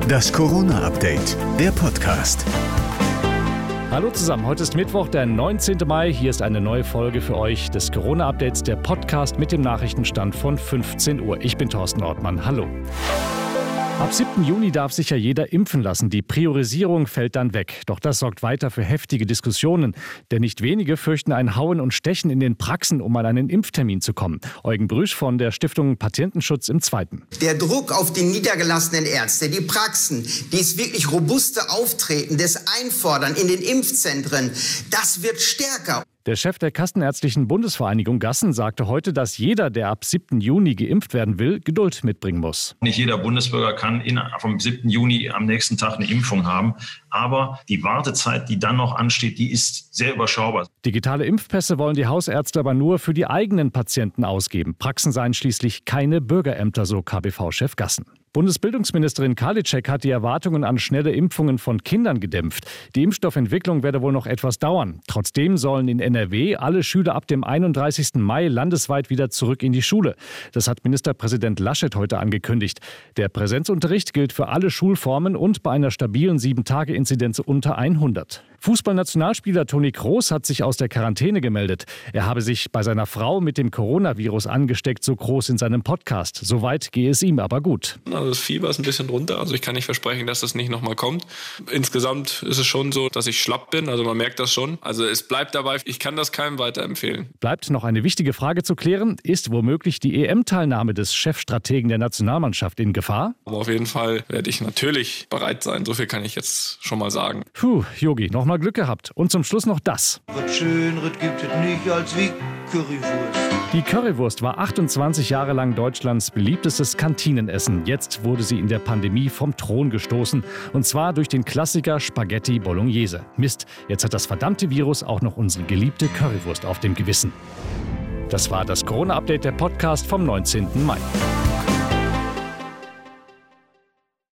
Das Corona-Update, der Podcast. Hallo zusammen, heute ist Mittwoch, der 19. Mai. Hier ist eine neue Folge für euch des Corona-Updates, der Podcast mit dem Nachrichtenstand von 15 Uhr. Ich bin Thorsten Ortmann, hallo. Ab 7. Juni darf sich ja jeder impfen lassen. Die Priorisierung fällt dann weg. Doch das sorgt weiter für heftige Diskussionen. Denn nicht wenige fürchten ein Hauen und Stechen in den Praxen, um an einen Impftermin zu kommen. Eugen Brüsch von der Stiftung Patientenschutz im Zweiten. Der Druck auf die niedergelassenen Ärzte, die Praxen, dieses wirklich robuste Auftreten, das Einfordern in den Impfzentren, das wird stärker. Der Chef der Kassenärztlichen Bundesvereinigung Gassen sagte heute, dass jeder, der ab 7. Juni geimpft werden will, Geduld mitbringen muss. Nicht jeder Bundesbürger kann vom 7. Juni am nächsten Tag eine Impfung haben. Aber die Wartezeit, die dann noch ansteht, die ist sehr überschaubar. Digitale Impfpässe wollen die Hausärzte aber nur für die eigenen Patienten ausgeben. Praxen seien schließlich keine Bürgerämter, so KBV-Chef Gassen. Bundesbildungsministerin Karliczek hat die Erwartungen an schnelle Impfungen von Kindern gedämpft. Die Impfstoffentwicklung werde wohl noch etwas dauern. Trotzdem sollen in NRW alle Schüler ab dem 31. Mai landesweit wieder zurück in die Schule. Das hat Ministerpräsident Laschet heute angekündigt. Der Präsenzunterricht gilt für alle Schulformen und bei einer stabilen 7-Tage-Inzidenz unter 100. Fußballnationalspieler Toni Kroos hat sich aus der Quarantäne gemeldet. Er habe sich bei seiner Frau mit dem Coronavirus angesteckt, so Kroos in seinem Podcast. Soweit gehe es ihm aber gut. Also das Fieber ist ein bisschen runter, also ich kann nicht versprechen, dass das nicht nochmal kommt. Insgesamt ist es schon so, dass ich schlapp bin, also man merkt das schon. Also es bleibt dabei, ich kann das keinem weiterempfehlen. Bleibt noch eine wichtige Frage zu klären. Ist womöglich die EM-Teilnahme des Chefstrategen der Nationalmannschaft in Gefahr? Aber auf jeden Fall werde ich natürlich bereit sein, so viel kann ich jetzt schon mal sagen. Puh, Yogi, nochmal Glück gehabt. Und zum Schluss noch das. Was Schöneres gibt es nicht als wie Currywurst. Die Currywurst war 28 Jahre lang Deutschlands beliebtestes Kantinenessen. Jetzt wurde sie in der Pandemie vom Thron gestoßen. Und zwar durch den Klassiker Spaghetti Bolognese. Mist, jetzt hat das verdammte Virus auch noch unsere geliebte Currywurst auf dem Gewissen. Das war das Corona-Update, der Podcast vom 19. Mai.